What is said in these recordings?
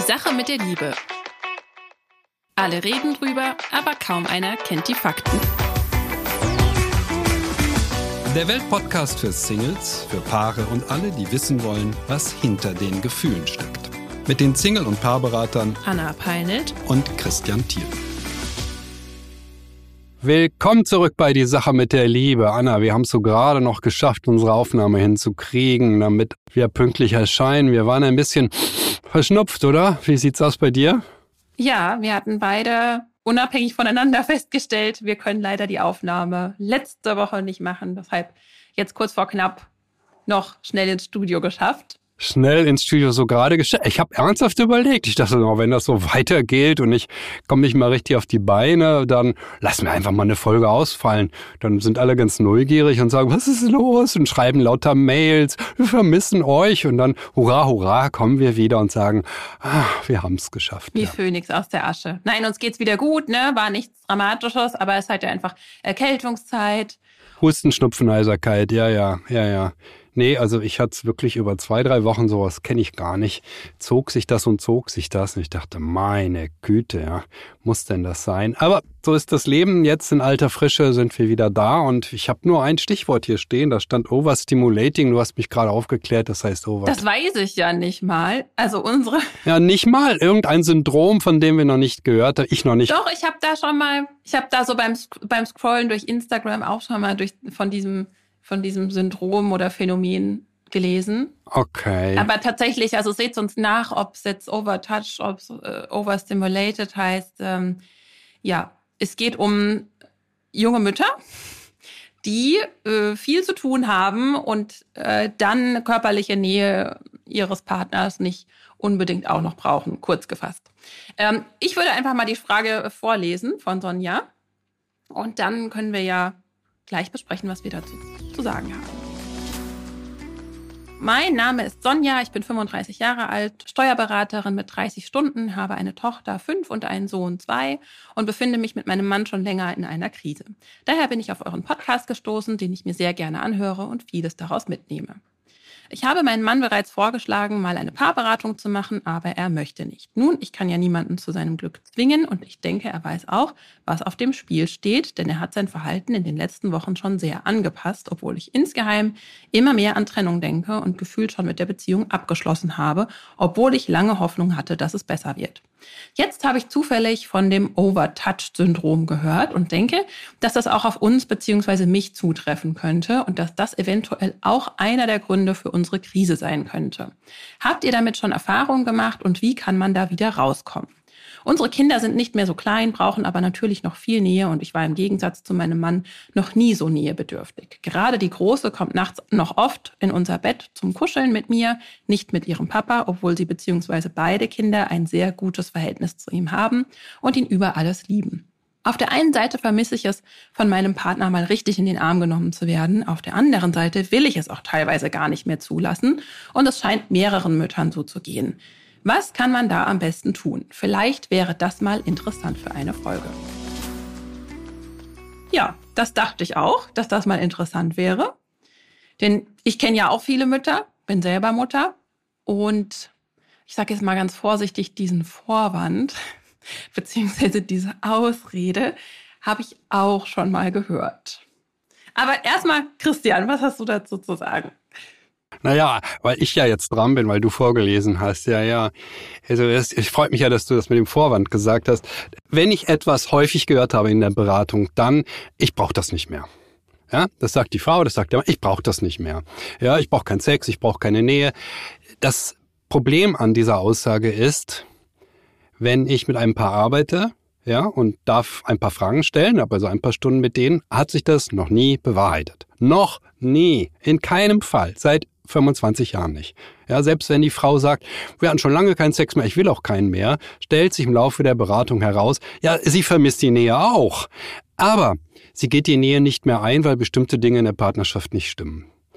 Sache mit der Liebe. Alle reden drüber, aber kaum einer kennt die Fakten. Der Weltpodcast für Singles, für Paare und alle, die wissen wollen, was hinter den Gefühlen steckt. Mit den Single- und Paarberatern Anna Peinelt und Christian Thiel. Willkommen zurück bei Die Sache mit der Liebe. Anna, wir haben es so gerade noch geschafft, unsere Aufnahme hinzukriegen, damit wir pünktlich erscheinen. Wir waren ein bisschen verschnupft, oder? Wie sieht's aus bei dir? Ja, wir hatten beide unabhängig voneinander festgestellt, wir können leider die Aufnahme letzte Woche nicht machen. Deshalb jetzt kurz vor knapp noch schnell ins Studio geschafft. Schnell ins Studio so gerade geschafft. Ich habe ernsthaft überlegt. Ich dachte noch, wenn das so weitergeht und ich komme nicht mal richtig auf die Beine, dann lassen wir einfach mal eine Folge ausfallen. Dann sind alle ganz neugierig und sagen, was ist los? Und schreiben lauter Mails. Wir vermissen euch. Und dann, hurra, hurra, kommen wir wieder und sagen, wir haben es geschafft. Wie Phönix aus der Asche. Nein, uns geht's wieder gut, ne? War nichts Dramatisches, aber es ist halt ja einfach Erkältungszeit. Husten, Schnupfen, Heiserkeit, ja. Nee, also ich hatte es wirklich über 2-3 Wochen, sowas kenne ich gar nicht. Zog sich das. Und ich dachte, meine Güte, ja, muss denn das sein? Aber so ist das Leben. Jetzt in alter Frische sind wir wieder da und ich habe nur ein Stichwort hier stehen. Da stand Overstimulating. Du hast mich gerade aufgeklärt, das heißt Over. Das weiß ich ja nicht mal. Also unsere... Ja, nicht mal. Irgendein Syndrom, von dem wir noch nicht gehört haben. Ich noch nicht. Doch, ich habe da so beim Scrollen durch Instagram auch schon mal von diesem Syndrom oder Phänomen gelesen. Okay. Aber tatsächlich, also seht uns nach, ob es jetzt Overtouch, ob es Overstimulated heißt. Es geht um junge Mütter, die viel zu tun haben und dann körperliche Nähe ihres Partners nicht unbedingt auch noch brauchen, kurz gefasst. Ich würde einfach mal die Frage vorlesen von Sonja und dann können wir ja gleich besprechen, was wir dazu zu sagen haben. Mein Name ist Sonja, ich bin 35 Jahre alt, Steuerberaterin mit 30 Stunden, habe eine Tochter 5 und einen Sohn 2 und befinde mich mit meinem Mann schon länger in einer Krise. Daher bin ich auf euren Podcast gestoßen, den ich mir sehr gerne anhöre und vieles daraus mitnehme. Ich habe meinen Mann bereits vorgeschlagen, mal eine Paarberatung zu machen, aber er möchte nicht. Nun, ich kann ja niemanden zu seinem Glück zwingen und ich denke, er weiß auch, was auf dem Spiel steht, denn er hat sein Verhalten in den letzten Wochen schon sehr angepasst, obwohl ich insgeheim immer mehr an Trennung denke und gefühlt schon mit der Beziehung abgeschlossen habe, obwohl ich lange Hoffnung hatte, dass es besser wird. Jetzt habe ich zufällig von dem Overtouch-Syndrom gehört und denke, dass das auch auf uns bzw. mich zutreffen könnte und dass das eventuell auch einer der Gründe für unsere Krise sein könnte. Habt ihr damit schon Erfahrungen gemacht und wie kann man da wieder rauskommen? Unsere Kinder sind nicht mehr so klein, brauchen aber natürlich noch viel Nähe und ich war im Gegensatz zu meinem Mann noch nie so nähebedürftig. Gerade die Große kommt nachts noch oft in unser Bett zum Kuscheln mit mir, nicht mit ihrem Papa, obwohl sie bzw. beide Kinder ein sehr gutes Verhältnis zu ihm haben und ihn über alles lieben. Auf der einen Seite vermisse ich es, von meinem Partner mal richtig in den Arm genommen zu werden. Auf der anderen Seite will ich es auch teilweise gar nicht mehr zulassen und es scheint mehreren Müttern so zu gehen. Was kann man da am besten tun? Vielleicht wäre das mal interessant für eine Folge. Ja, das dachte ich auch, dass das mal interessant wäre. Denn ich kenne ja auch viele Mütter, bin selber Mutter. Und ich sage jetzt mal ganz vorsichtig, diesen Vorwand beziehungsweise diese Ausrede habe ich auch schon mal gehört. Aber erstmal, Christian, was hast du dazu zu sagen? Naja, weil ich ja jetzt dran bin, weil du vorgelesen hast. Ja. Also ich freue mich ja, dass du das mit dem Vorwand gesagt hast. Wenn ich etwas häufig gehört habe in der Beratung, dann, ich brauche das nicht mehr. Ja, das sagt die Frau, das sagt der Mann, ich brauche das nicht mehr. Ja, ich brauche keinen Sex, ich brauche keine Nähe. Das Problem an dieser Aussage ist, wenn ich mit einem Paar arbeite, ja, und darf ein paar Fragen stellen, habe also ein paar Stunden mit denen, hat sich das noch nie bewahrheitet. Noch nie. In keinem Fall. Seit 25 Jahren nicht. Ja, selbst wenn die Frau sagt, wir hatten schon lange keinen Sex mehr, ich will auch keinen mehr, stellt sich im Laufe der Beratung heraus, ja, sie vermisst die Nähe auch. Aber sie geht die Nähe nicht mehr ein, weil bestimmte Dinge in der Partnerschaft nicht stimmen.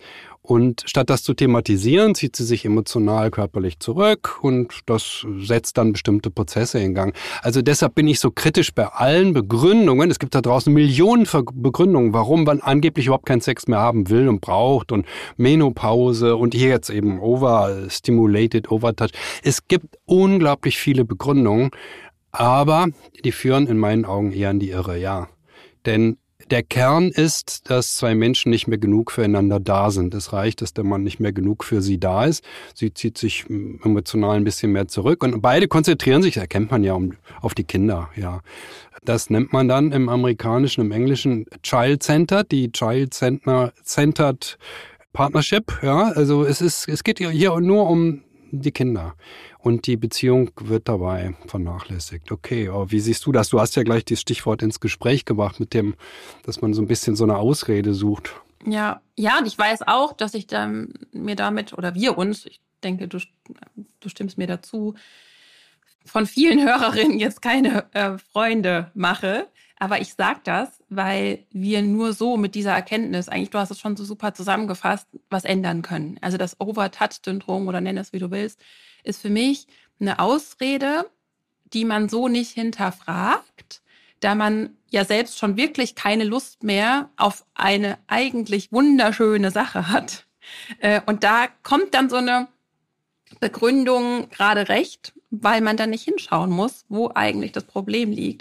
Und statt das zu thematisieren, zieht sie sich emotional, körperlich zurück und das setzt dann bestimmte Prozesse in Gang. Also deshalb bin ich so kritisch bei allen Begründungen. Es gibt da draußen Millionen Begründungen, warum man angeblich überhaupt keinen Sex mehr haben will und braucht und Menopause und hier jetzt eben overstimulated, overtouch. Es gibt unglaublich viele Begründungen, aber die führen in meinen Augen eher in die Irre, ja. Denn der Kern ist, dass zwei Menschen nicht mehr genug füreinander da sind. Es reicht, dass der Mann nicht mehr genug für sie da ist. Sie zieht sich emotional ein bisschen mehr zurück und beide konzentrieren sich, das erkennt man ja, auf die Kinder, ja. Das nennt man dann im Amerikanischen, im Englischen Child-Centered, die Child-Centered Partnership, ja. Also es geht hier nur um die Kinder. Und die Beziehung wird dabei vernachlässigt. Okay, aber wie siehst du das? Du hast ja gleich das Stichwort ins Gespräch gebracht mit dem, dass man so ein bisschen so eine Ausrede sucht. Ja, und ich weiß auch, dass ich dann mir damit, oder wir uns, ich denke, du stimmst mir dazu, von vielen Hörerinnen jetzt keine Freunde mache. Aber ich sage das, weil wir nur so mit dieser Erkenntnis, eigentlich, du hast es schon so super zusammengefasst, was ändern können. Also das Overtouch-Syndrom oder nenn es, wie du willst, ist für mich eine Ausrede, die man so nicht hinterfragt, da man ja selbst schon wirklich keine Lust mehr auf eine eigentlich wunderschöne Sache hat. Und da kommt dann so eine Begründung gerade recht, weil man dann nicht hinschauen muss, wo eigentlich das Problem liegt.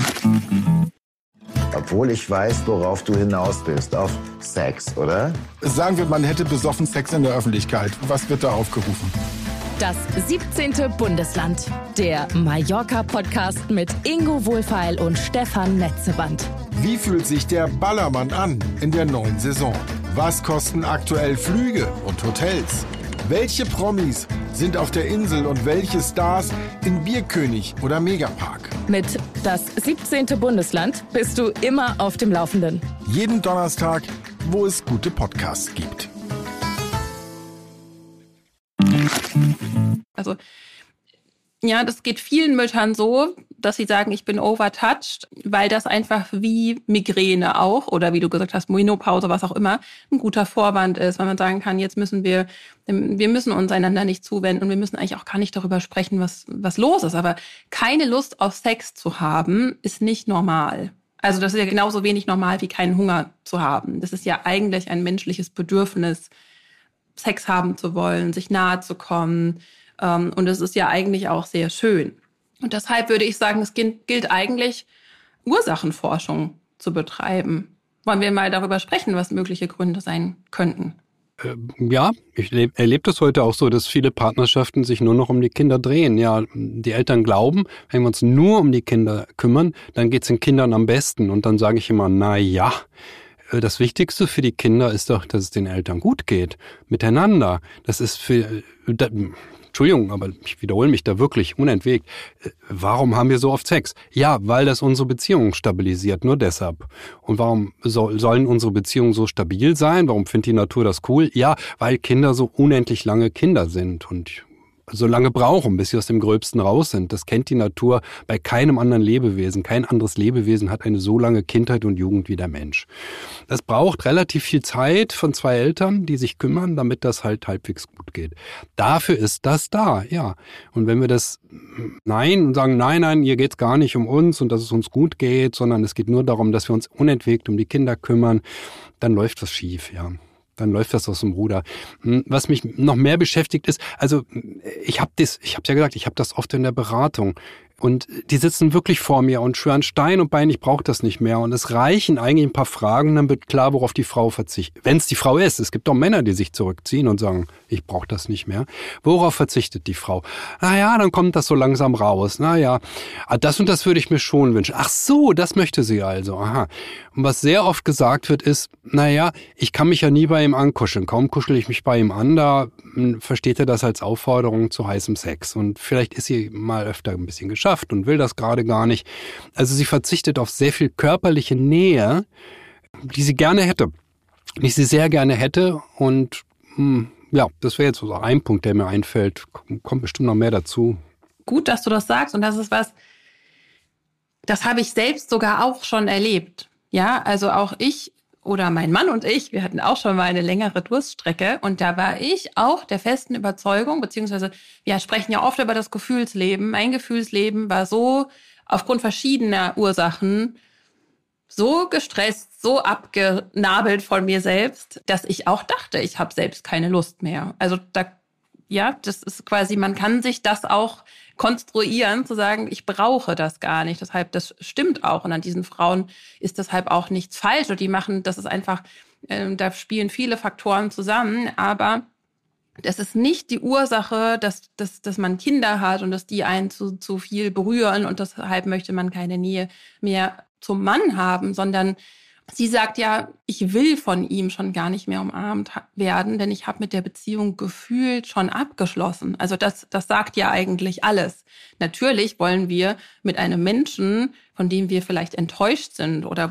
Obwohl ich weiß, worauf du hinaus bist, auf Sex, oder? Sagen wir, man hätte besoffen Sex in der Öffentlichkeit. Was wird da aufgerufen? Das 17. Bundesland. Der Mallorca-Podcast mit Ingo Wohlfeil und Stefan Netzeband. Wie fühlt sich der Ballermann an in der neuen Saison? Was kosten aktuell Flüge und Hotels? Welche Promis sind auf der Insel und welche Stars in Bierkönig oder Megapark? Mit Das 17. Bundesland bist du immer auf dem Laufenden. Jeden Donnerstag, wo es gute Podcasts gibt. Also ja, das geht vielen Müttern so, dass sie sagen, ich bin overtouched, weil das einfach wie Migräne auch oder wie du gesagt hast, Menopause, was auch immer, ein guter Vorwand ist, weil man sagen kann, jetzt müssen wir müssen uns einander nicht zuwenden und wir müssen eigentlich auch gar nicht darüber sprechen, was los ist. Aber keine Lust auf Sex zu haben, ist nicht normal. Also das ist ja genauso wenig normal wie keinen Hunger zu haben. Das ist ja eigentlich ein menschliches Bedürfnis, Sex haben zu wollen, sich nahe zu kommen. Und es ist ja eigentlich auch sehr schön. Und deshalb würde ich sagen, es gilt eigentlich, Ursachenforschung zu betreiben. Wollen wir mal darüber sprechen, was mögliche Gründe sein könnten? Ja, ich erlebe das heute auch so, dass viele Partnerschaften sich nur noch um die Kinder drehen. Ja, die Eltern glauben, wenn wir uns nur um die Kinder kümmern, dann geht es den Kindern am besten. Und dann sage ich immer, na ja, das Wichtigste für die Kinder ist doch, dass es den Eltern gut geht, miteinander. Das ist Entschuldigung, aber ich wiederhole mich da wirklich unentwegt. Warum haben wir so oft Sex? Ja, weil das unsere Beziehung stabilisiert, nur deshalb. Und warum sollen unsere Beziehungen so stabil sein? Warum findet die Natur das cool? Ja, weil Kinder so unendlich lange Kinder sind und so lange brauchen, bis sie aus dem Gröbsten raus sind. Das kennt die Natur bei keinem anderen Lebewesen. Kein anderes Lebewesen hat eine so lange Kindheit und Jugend wie der Mensch. Das braucht relativ viel Zeit von zwei Eltern, die sich kümmern, damit das halt halbwegs gut geht. Dafür ist das da, ja. Und wenn wir das sagen, nein, hier geht's gar nicht um uns und dass es uns gut geht, sondern es geht nur darum, dass wir uns unentwegt um die Kinder kümmern, dann läuft das schief, ja. Dann läuft das aus dem Ruder. Was mich noch mehr beschäftigt ist, also ich habe ja gesagt, ich habe das oft in der Beratung. Und die sitzen wirklich vor mir und schwören Stein und Bein, ich brauche das nicht mehr. Und es reichen eigentlich ein paar Fragen, dann wird klar, worauf die Frau verzichtet. Wenn es die Frau ist. Es gibt auch Männer, die sich zurückziehen und sagen, ich brauche das nicht mehr. Worauf verzichtet die Frau? Naja, dann kommt das so langsam raus. Naja, das und das würde ich mir schon wünschen. Ach so, das möchte sie also. Aha. Und was sehr oft gesagt wird ist, naja, ich kann mich ja nie bei ihm ankuscheln. Kaum kuschel ich mich bei ihm an, da versteht er das als Aufforderung zu heißem Sex. Und vielleicht ist sie mal öfter ein bisschen geschafft und will das gerade gar nicht. Also sie verzichtet auf sehr viel körperliche Nähe, die sie gerne hätte. Die sie sehr gerne hätte. Und ja, das wäre jetzt so ein Punkt, der mir einfällt. Kommt bestimmt noch mehr dazu. Gut, dass du das sagst. Und das ist was, das habe ich selbst sogar auch schon erlebt. Ja, also auch ich Oder mein Mann und ich, wir hatten auch schon mal eine längere Durststrecke und da war ich auch der festen Überzeugung, beziehungsweise wir sprechen ja oft über das Gefühlsleben. Mein Gefühlsleben war so aufgrund verschiedener Ursachen so gestresst, so abgenabelt von mir selbst, dass ich auch dachte, ich habe selbst keine Lust mehr. Also das ist quasi, man kann sich das auch konstruieren, zu sagen, ich brauche das gar nicht. Deshalb, das stimmt auch. Und an diesen Frauen ist deshalb auch nichts falsch. Und die machen, das ist einfach, da spielen viele Faktoren zusammen. Aber das ist nicht die Ursache, dass man Kinder hat und dass die einen zu viel berühren und deshalb möchte man keine Nähe mehr zum Mann haben, sondern sie sagt ja, ich will von ihm schon gar nicht mehr umarmt werden, denn ich habe mit der Beziehung gefühlt schon abgeschlossen. Also das sagt ja eigentlich alles. Natürlich wollen wir mit einem Menschen, von dem wir vielleicht enttäuscht sind oder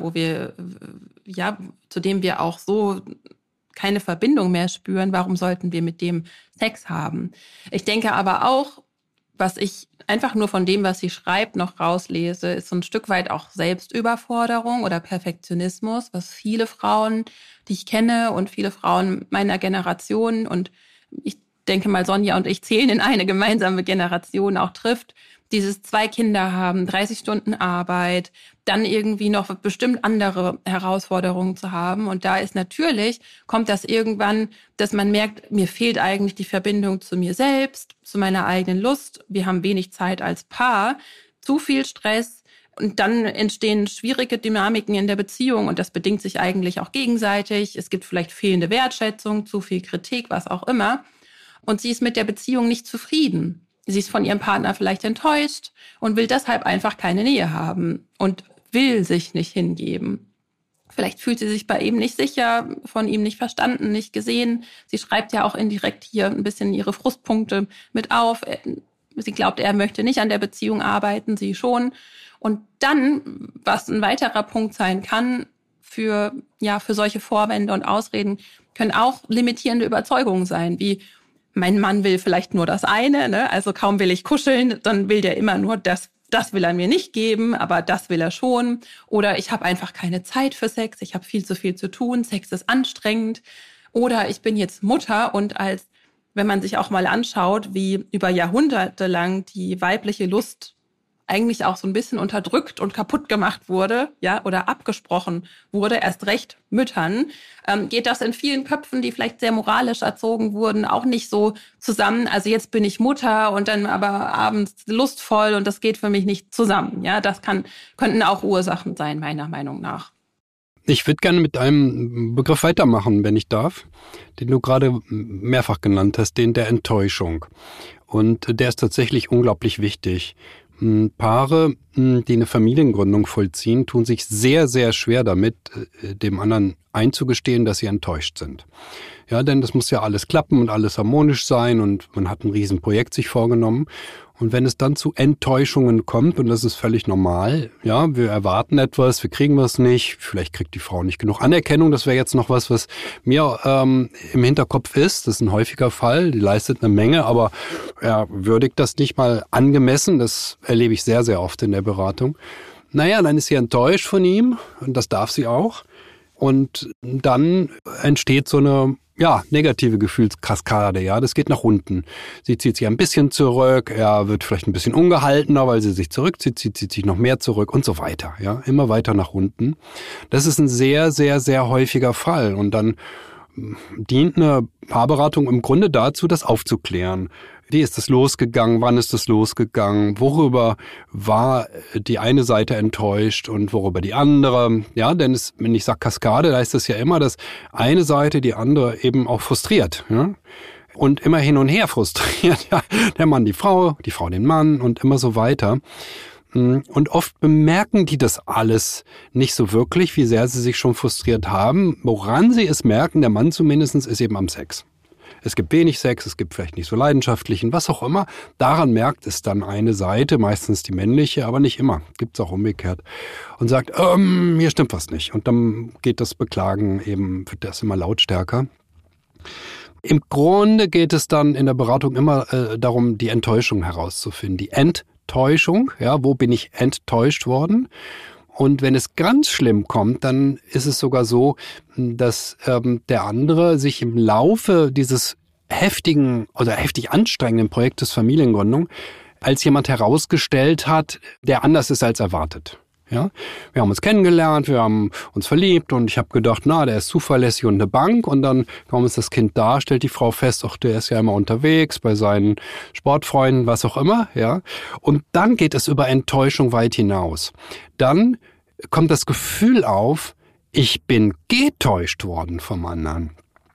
zu dem wir auch so keine Verbindung mehr spüren, warum sollten wir mit dem Sex haben? Ich denke aber auch, was ich einfach nur von dem, was sie schreibt, noch rauslese, ist so ein Stück weit auch Selbstüberforderung oder Perfektionismus, was viele Frauen, die ich kenne und viele Frauen meiner Generation und ich denke mal, Sonja und ich zählen in eine gemeinsame Generation auch trifft. Dieses 2 Kinder haben, 30 Stunden Arbeit, dann irgendwie noch bestimmt andere Herausforderungen zu haben. Und da ist natürlich, kommt das irgendwann, dass man merkt, mir fehlt eigentlich die Verbindung zu mir selbst, zu meiner eigenen Lust. Wir haben wenig Zeit als Paar, zu viel Stress. Und dann entstehen schwierige Dynamiken in der Beziehung und das bedingt sich eigentlich auch gegenseitig. Es gibt vielleicht fehlende Wertschätzung, zu viel Kritik, was auch immer. Und sie ist mit der Beziehung nicht zufrieden. Sie ist von ihrem Partner vielleicht enttäuscht und will deshalb einfach keine Nähe haben und will sich nicht hingeben. Vielleicht fühlt sie sich bei ihm nicht sicher, von ihm nicht verstanden, nicht gesehen. Sie schreibt ja auch indirekt hier ein bisschen ihre Frustpunkte mit auf. Sie glaubt, er möchte nicht an der Beziehung arbeiten, sie schon. Und dann, was ein weiterer Punkt sein kann, für solche Vorwände und Ausreden, können auch limitierende Überzeugungen sein, wie mein Mann will vielleicht nur das eine, ne? Also kaum will ich kuscheln, dann will der immer nur das will er mir nicht geben, aber das will er schon. Oder ich habe einfach keine Zeit für Sex, ich habe viel zu viel zu tun, Sex ist anstrengend. Oder ich bin jetzt Mutter und wenn man sich auch mal anschaut, wie über Jahrhunderte lang die weibliche Lust eigentlich auch so ein bisschen unterdrückt und kaputt gemacht wurde, ja, oder abgesprochen wurde, erst recht Müttern, geht das in vielen Köpfen, die vielleicht sehr moralisch erzogen wurden, auch nicht so zusammen. Also jetzt bin ich Mutter und dann aber abends lustvoll und das geht für mich nicht zusammen. Ja, das könnten auch Ursachen sein, meiner Meinung nach. Ich würde gerne mit einem Begriff weitermachen, wenn ich darf, den du gerade mehrfach genannt hast, den der Enttäuschung. Und der ist tatsächlich unglaublich wichtig. Paare, die eine Familiengründung vollziehen, tun sich sehr, sehr schwer damit, dem anderen einzugestehen, dass sie enttäuscht sind. Ja, denn das muss ja alles klappen und alles harmonisch sein und man hat ein Riesenprojekt sich vorgenommen. Und wenn es dann zu Enttäuschungen kommt, und das ist völlig normal, ja, wir erwarten etwas, wir kriegen was nicht, vielleicht kriegt die Frau nicht genug Anerkennung, das wäre jetzt noch was mir im Hinterkopf ist, das ist ein häufiger Fall, die leistet eine Menge, aber er würdigt das nicht mal angemessen, das erlebe ich sehr, sehr oft in der Beratung. Naja, dann ist sie enttäuscht von ihm, und das darf sie auch, und dann entsteht so eine negative Gefühlskaskade, ja, das geht nach unten. Sie zieht sich ein bisschen zurück, er wird vielleicht ein bisschen ungehaltener, weil sie sich zurückzieht, sie zieht sich noch mehr zurück und so weiter, ja, immer weiter nach unten. Das ist ein sehr, sehr, sehr häufiger Fall und dann dient eine Paarberatung im Grunde dazu, das aufzuklären. Wie ist das losgegangen? Wann ist das losgegangen? Worüber war die eine Seite enttäuscht und worüber die andere? Ja, denn wenn ich sage Kaskade, da heißt das ja immer, dass eine Seite die andere eben auch frustriert. Ja? Und immer hin und her frustriert. Ja? Der Mann die Frau den Mann und immer so weiter. Und oft bemerken die das alles nicht so wirklich, wie sehr sie sich schon frustriert haben. Woran sie es merken, der Mann zumindest, ist eben am Sex. Es gibt wenig Sex, es gibt vielleicht nicht so leidenschaftlichen, was auch immer. Daran merkt es dann eine Seite, meistens die männliche, aber nicht immer. Gibt es auch umgekehrt. Und sagt, hier stimmt was nicht. Und dann geht das Beklagen eben, wird das immer lautstärker. Im Grunde geht es dann in der Beratung immer darum, die Enttäuschung herauszufinden. Die Enttäuschung, ja, wo bin ich enttäuscht worden? Und wenn es ganz schlimm kommt, dann ist es sogar so, dass der andere sich im Laufe dieses heftigen oder heftig anstrengenden Projektes Familiengründung als jemand herausgestellt hat, der anders ist als erwartet. Ja, wir haben uns kennengelernt, wir haben uns verliebt und ich habe gedacht, der ist zuverlässig und eine Bank. Und dann kommt es das Kind da, stellt die Frau fest, der ist ja immer unterwegs bei seinen Sportfreunden, was auch immer. Ja, und dann geht es über Enttäuschung weit hinaus. Dann kommt das Gefühl auf, ich bin getäuscht worden vom anderen.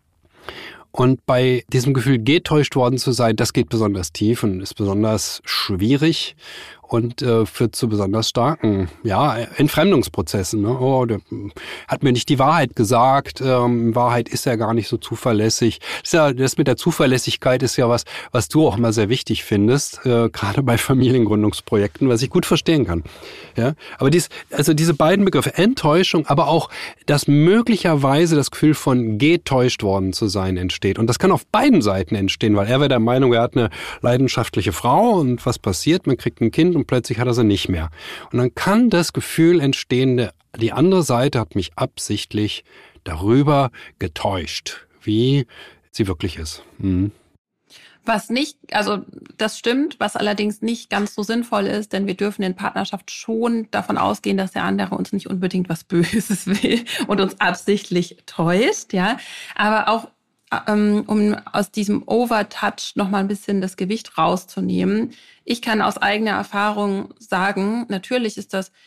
Und bei diesem Gefühl, getäuscht worden zu sein, das geht besonders tief und ist besonders schwierig und führt zu besonders starken Entfremdungsprozessen. Ne? Der hat mir nicht die Wahrheit gesagt. In Wahrheit ist er gar nicht so zuverlässig. Das mit der Zuverlässigkeit ist ja was du auch immer sehr wichtig findest, gerade bei Familiengründungsprojekten, was ich gut verstehen kann. Ja? Aber diese beiden Begriffe, Enttäuschung, aber auch, dass möglicherweise das Gefühl von getäuscht worden zu sein entsteht. Und das kann auf beiden Seiten entstehen, weil er wäre der Meinung, er hat eine leidenschaftliche Frau und was passiert? Man kriegt ein Kind und plötzlich hat er sie nicht mehr. Und dann kann das Gefühl entstehen, die andere Seite hat mich absichtlich darüber getäuscht, wie sie wirklich ist. Was nicht, also das stimmt, was allerdings nicht ganz so sinnvoll ist, denn wir dürfen in Partnerschaft schon davon ausgehen, dass der andere uns nicht unbedingt was Böses will und uns absichtlich täuscht, ja. Aber auch um aus diesem Overtouch noch mal ein bisschen das Gewicht rauszunehmen. Ich kann aus eigener Erfahrung sagen, natürlich ist das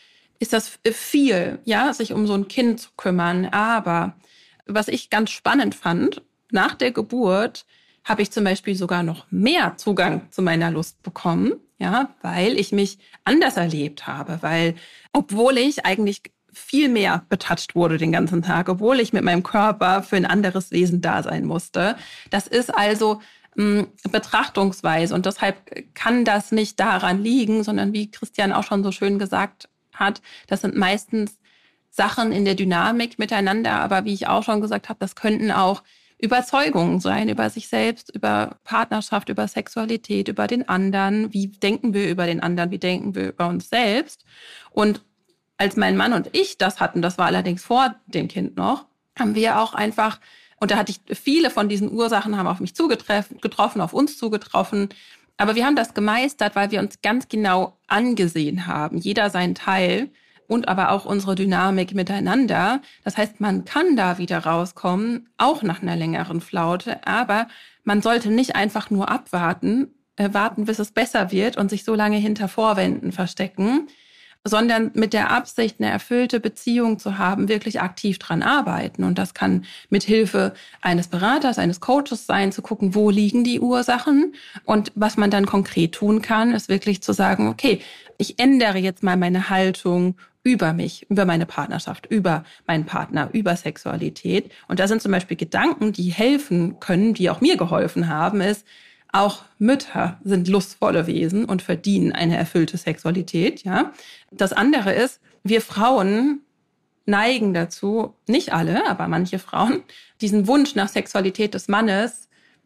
viel, ja, sich um so ein Kind zu kümmern. Aber was ich ganz spannend fand, nach der Geburt habe ich zum Beispiel sogar noch mehr Zugang zu meiner Lust bekommen, ja, weil ich mich anders erlebt habe, weil obwohl ich eigentlich viel mehr betatscht wurde den ganzen Tag, obwohl ich mit meinem Körper für ein anderes Wesen da sein musste. Das ist also betrachtungsweise und deshalb kann das nicht daran liegen, sondern wie Christian auch schon so schön gesagt hat, das sind meistens Sachen in der Dynamik miteinander, aber wie ich auch schon gesagt habe, das könnten auch Überzeugungen sein über sich selbst, über Partnerschaft, über Sexualität, über den anderen. Wie denken wir über den anderen? Wie denken wir über uns selbst? Und als mein Mann und ich das hatten, das war allerdings vor dem Kind noch, haben wir auch einfach, und da hatte ich viele von diesen Ursachen, haben auf mich getroffen, auf uns zugetroffen. Aber wir haben das gemeistert, weil wir uns ganz genau angesehen haben, jeder seinen Teil und aber auch unsere Dynamik miteinander. Das heißt, man kann da wieder rauskommen, auch nach einer längeren Flaute, aber man sollte nicht einfach nur warten, bis es besser wird und sich so lange hinter Vorwänden verstecken, sondern mit der Absicht, eine erfüllte Beziehung zu haben, wirklich aktiv dran arbeiten. Und das kann mit Hilfe eines Beraters, eines Coaches sein, zu gucken, wo liegen die Ursachen. Und was man dann konkret tun kann, ist wirklich zu sagen, okay, ich ändere jetzt mal meine Haltung über mich, über meine Partnerschaft, über meinen Partner, über Sexualität. Und da sind zum Beispiel Gedanken, die helfen können, die auch mir geholfen haben, ist, auch Mütter sind lustvolle Wesen und verdienen eine erfüllte Sexualität, ja. Das andere ist, wir Frauen neigen dazu, nicht alle, aber manche Frauen, diesen Wunsch nach Sexualität des Mannes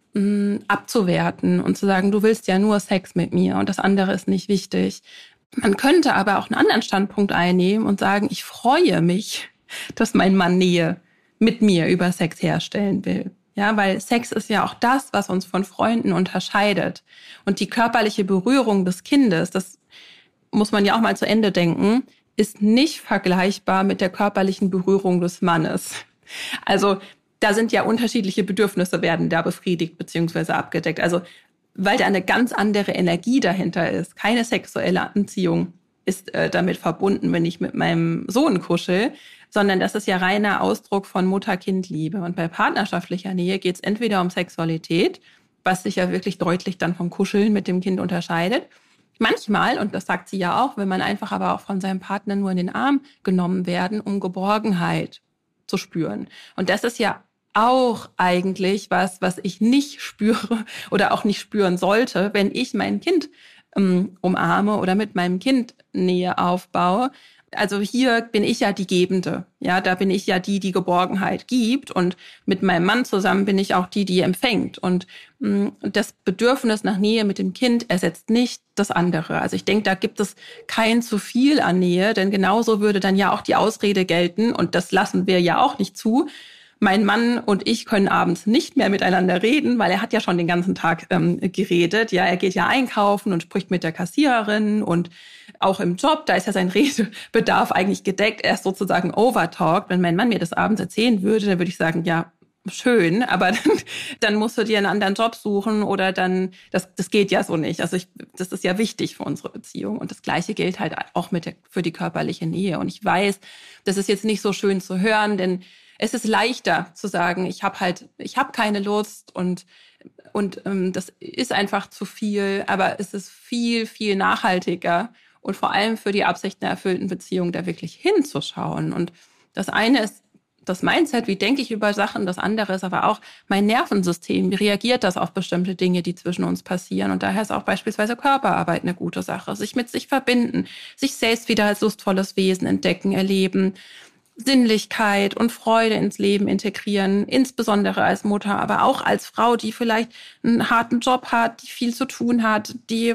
abzuwerten und zu sagen, du willst ja nur Sex mit mir und das andere ist nicht wichtig. Man könnte aber auch einen anderen Standpunkt einnehmen und sagen, ich freue mich, dass mein Mann Nähe mit mir über Sex herstellen will. Ja, weil Sex ist ja auch das, was uns von Freunden unterscheidet. Und die körperliche Berührung des Kindes, das muss man ja auch mal zu Ende denken, ist nicht vergleichbar mit der körperlichen Berührung des Mannes. Also da sind ja unterschiedliche Bedürfnisse, werden da befriedigt bzw. abgedeckt. Also weil da eine ganz andere Energie dahinter ist. Keine sexuelle Anziehung ist damit verbunden, wenn ich mit meinem Sohn kuschel, sondern das ist ja reiner Ausdruck von Mutter-Kind-Liebe. Und bei partnerschaftlicher Nähe geht es entweder um Sexualität, was sich ja wirklich deutlich dann vom Kuscheln mit dem Kind unterscheidet. Manchmal, und das sagt sie ja auch, will man einfach aber auch von seinem Partner nur in den Arm genommen werden, um Geborgenheit zu spüren. Und das ist ja auch eigentlich was ich nicht spüre oder auch nicht spüren sollte, wenn ich mein Kind umarme oder mit meinem Kind Nähe aufbaue. Also hier bin ich ja die Gebende. Ja, da bin ich ja die Geborgenheit gibt. Und mit meinem Mann zusammen bin ich auch die empfängt. Und das Bedürfnis nach Nähe mit dem Kind ersetzt nicht das andere. Also ich denke, da gibt es kein zu viel an Nähe, denn genauso würde dann ja auch die Ausrede gelten. Und das lassen wir ja auch nicht zu. Mein Mann und ich können abends nicht mehr miteinander reden, weil er hat ja schon den ganzen Tag geredet. Ja, er geht ja einkaufen und spricht mit der Kassiererin und auch im Job, da ist ja sein Redebedarf eigentlich gedeckt. Er ist sozusagen overtalked. Wenn mein Mann mir das abends erzählen würde, dann würde ich sagen, ja, schön, aber dann musst du dir einen anderen Job suchen oder dann, das geht ja so nicht. Also das ist ja wichtig für unsere Beziehung. Und das Gleiche gilt halt auch für die körperliche Nähe. Und ich weiß, das ist jetzt nicht so schön zu hören, denn es ist leichter zu sagen, ich habe keine Lust und das ist einfach zu viel, aber es ist viel, viel nachhaltiger und vor allem für die absichtenerfüllten Beziehungen da wirklich hinzuschauen. Und das eine ist das Mindset, wie denke ich über Sachen, das andere ist aber auch mein Nervensystem, wie reagiert das auf bestimmte Dinge, die zwischen uns passieren. Und daher ist auch beispielsweise Körperarbeit eine gute Sache, sich mit sich verbinden, sich selbst wieder als lustvolles Wesen entdecken, erleben, Sinnlichkeit und Freude ins Leben integrieren, insbesondere als Mutter, aber auch als Frau, die vielleicht einen harten Job hat, die viel zu tun hat, die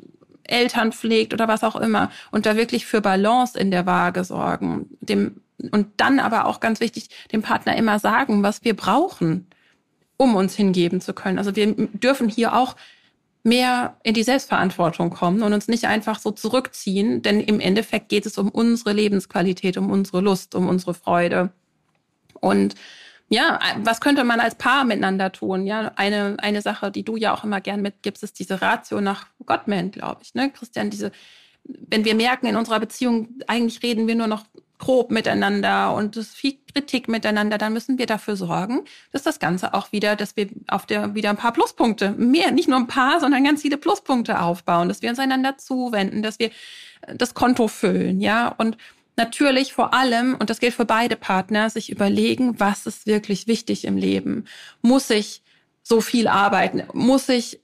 Eltern pflegt oder was auch immer und da wirklich für Balance in der Waage sorgen. Und dann aber auch ganz wichtig, dem Partner immer sagen, was wir brauchen, um uns hingeben zu können. Also wir dürfen hier auch mehr in die Selbstverantwortung kommen und uns nicht einfach so zurückziehen, denn im Endeffekt geht es um unsere Lebensqualität, um unsere Lust, um unsere Freude. Und ja, was könnte man als Paar miteinander tun? Ja, eine Sache, die du ja auch immer gern mitgibst, ist diese Ratio nach Gottman, glaube ich, ne, Christian, wenn wir merken in unserer Beziehung, eigentlich reden wir nur noch grob miteinander und es ist viel Kritik miteinander, dann müssen wir dafür sorgen, dass das Ganze auch wieder, dass wir wieder ein paar Pluspunkte, nicht nur ein paar, sondern ganz viele Pluspunkte aufbauen, dass wir uns einander zuwenden, dass wir das Konto füllen, ja, und natürlich vor allem, und das gilt für beide Partner, sich überlegen, was ist wirklich wichtig im Leben? Muss ich so viel arbeiten? Muss ich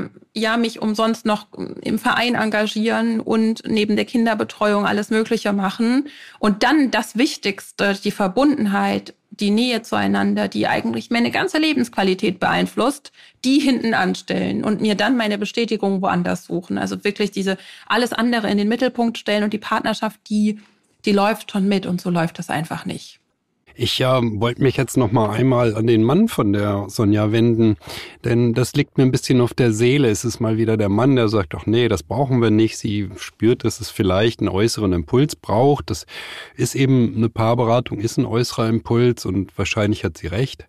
mich umsonst noch im Verein engagieren und neben der Kinderbetreuung alles Mögliche machen? Und dann das Wichtigste, die Verbundenheit, die Nähe zueinander, die eigentlich meine ganze Lebensqualität beeinflusst, die hinten anstellen und mir dann meine Bestätigung woanders suchen. Also wirklich alles andere in den Mittelpunkt stellen und die Partnerschaft, die läuft schon mit und so läuft das einfach nicht. Ich wollte mich jetzt noch mal einmal an den Mann von der Sonja wenden, denn das liegt mir ein bisschen auf der Seele. Es ist mal wieder der Mann, der sagt, ach nee, das brauchen wir nicht. Sie spürt, dass es vielleicht einen äußeren Impuls braucht. Das ist eben eine Paarberatung, ist ein äußerer Impuls und wahrscheinlich hat sie recht.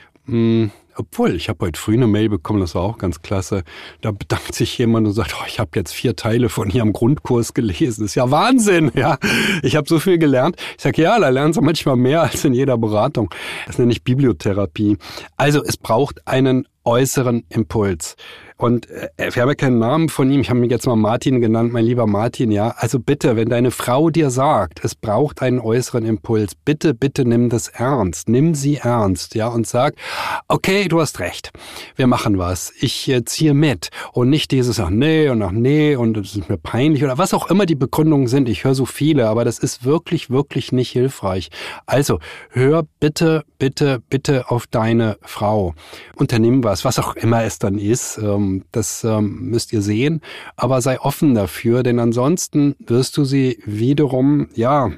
Obwohl, ich habe heute früh eine Mail bekommen, das war auch ganz klasse. Da bedankt sich jemand und sagt, ich habe jetzt 4 Teile von Ihrem Grundkurs gelesen. Das ist ja Wahnsinn, ja. Ich habe so viel gelernt. Ich sage, ja, da lernen Sie manchmal mehr als in jeder Beratung. Das nenne ich Bibliotherapie. Also es braucht einen äußeren Impuls. Und wir haben ja keinen Namen von ihm. Ich habe mich jetzt mal Martin genannt, mein lieber Martin, ja. Also bitte, wenn deine Frau dir sagt, es braucht einen äußeren Impuls, bitte, bitte nimm das ernst. Nimm sie ernst, ja, und sag, okay, du hast recht. Wir machen was. Ich ziehe mit. Und nicht dieses, ach nee und das ist mir peinlich oder was auch immer die Begründungen sind. Ich höre so viele, aber das ist wirklich, wirklich nicht hilfreich. Also, hör bitte, bitte, bitte auf deine Frau. Unternimm was auch immer es dann ist. Das müsst ihr sehen, aber sei offen dafür, denn ansonsten wirst du sie wiederum,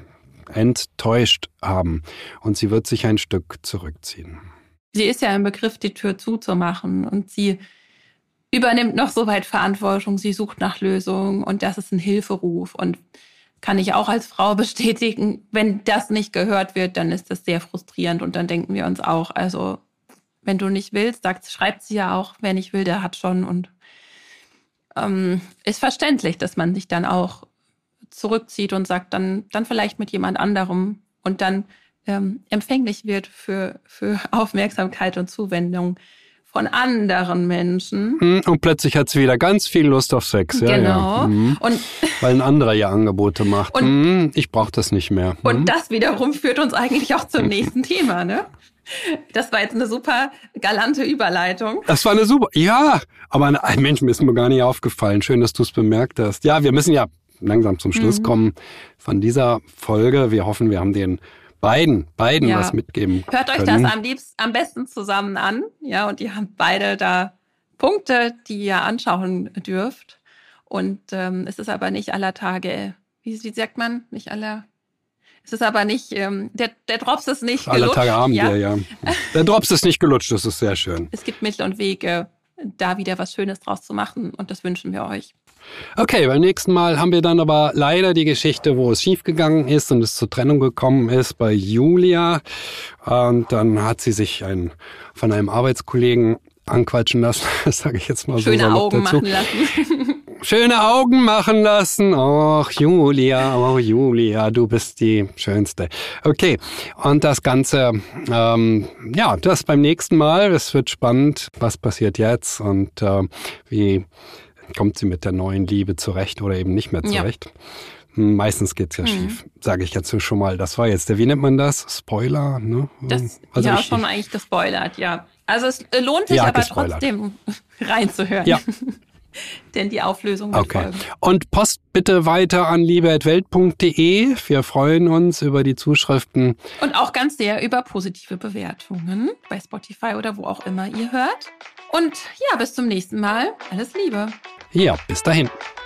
enttäuscht haben und sie wird sich ein Stück zurückziehen. Sie ist ja im Begriff, die Tür zuzumachen und sie übernimmt noch so weit Verantwortung, sie sucht nach Lösungen und das ist ein Hilferuf und kann ich auch als Frau bestätigen, wenn das nicht gehört wird, dann ist das sehr frustrierend und dann denken wir uns auch, also wenn du nicht willst, schreibt sie ja auch, wer nicht will, der hat schon. Und ist verständlich, dass man sich dann auch zurückzieht und sagt, dann vielleicht mit jemand anderem und dann empfänglich wird für Aufmerksamkeit und Zuwendung von anderen Menschen. Und plötzlich hat sie wieder ganz viel Lust auf Sex. Ja, genau. Ja. Und weil ein anderer ja Angebote macht. Ich brauche das nicht mehr. Und das wiederum führt uns eigentlich auch zum nächsten Thema, ne? Das war jetzt eine super galante Überleitung. Das war eine super, ja, aber Mensch, mir ist mir gar nicht aufgefallen. Schön, dass du es bemerkt hast. Ja, wir müssen ja langsam zum Schluss kommen von dieser Folge. Wir hoffen, wir haben den beiden was mitgeben Hört euch können. das am besten zusammen an. Ja, und ihr habt beide da Punkte, die ihr anschauen dürft. Und es ist aber nicht aller Tage, wie sagt man, nicht aller... Es ist aber nicht, der Drops ist nicht gelutscht. Alle Tage Abendbier, ja. Der Drops ist nicht gelutscht, das ist sehr schön. Es gibt Mittel und Wege, da wieder was Schönes draus zu machen und das wünschen wir euch. Okay, beim nächsten Mal haben wir dann aber leider die Geschichte, wo es schiefgegangen ist und es zur Trennung gekommen ist bei Julia. Und dann hat sie sich von einem Arbeitskollegen anquatschen lassen, das sage ich jetzt mal so. Schöne Augen dazu. machen lassen. Schöne Augen machen lassen. Och, Julia, du bist die Schönste. Okay, und das Ganze, das beim nächsten Mal. Es wird spannend, was passiert jetzt und wie kommt sie mit der neuen Liebe zurecht oder eben nicht mehr zurecht. Ja. Meistens geht's ja schief, sage ich jetzt schon mal. Das war jetzt wie nennt man das? Spoiler, ne? Schon eigentlich gespoilert, ja. Also es lohnt sich aber trotzdem reinzuhören. Ja. Denn die Auflösung wird folgen. Und post bitte weiter an liebe@welt.de. Wir freuen uns über die Zuschriften. Und auch ganz sehr über positive Bewertungen bei Spotify oder wo auch immer ihr hört. Und ja, bis zum nächsten Mal. Alles Liebe. Ja, bis dahin.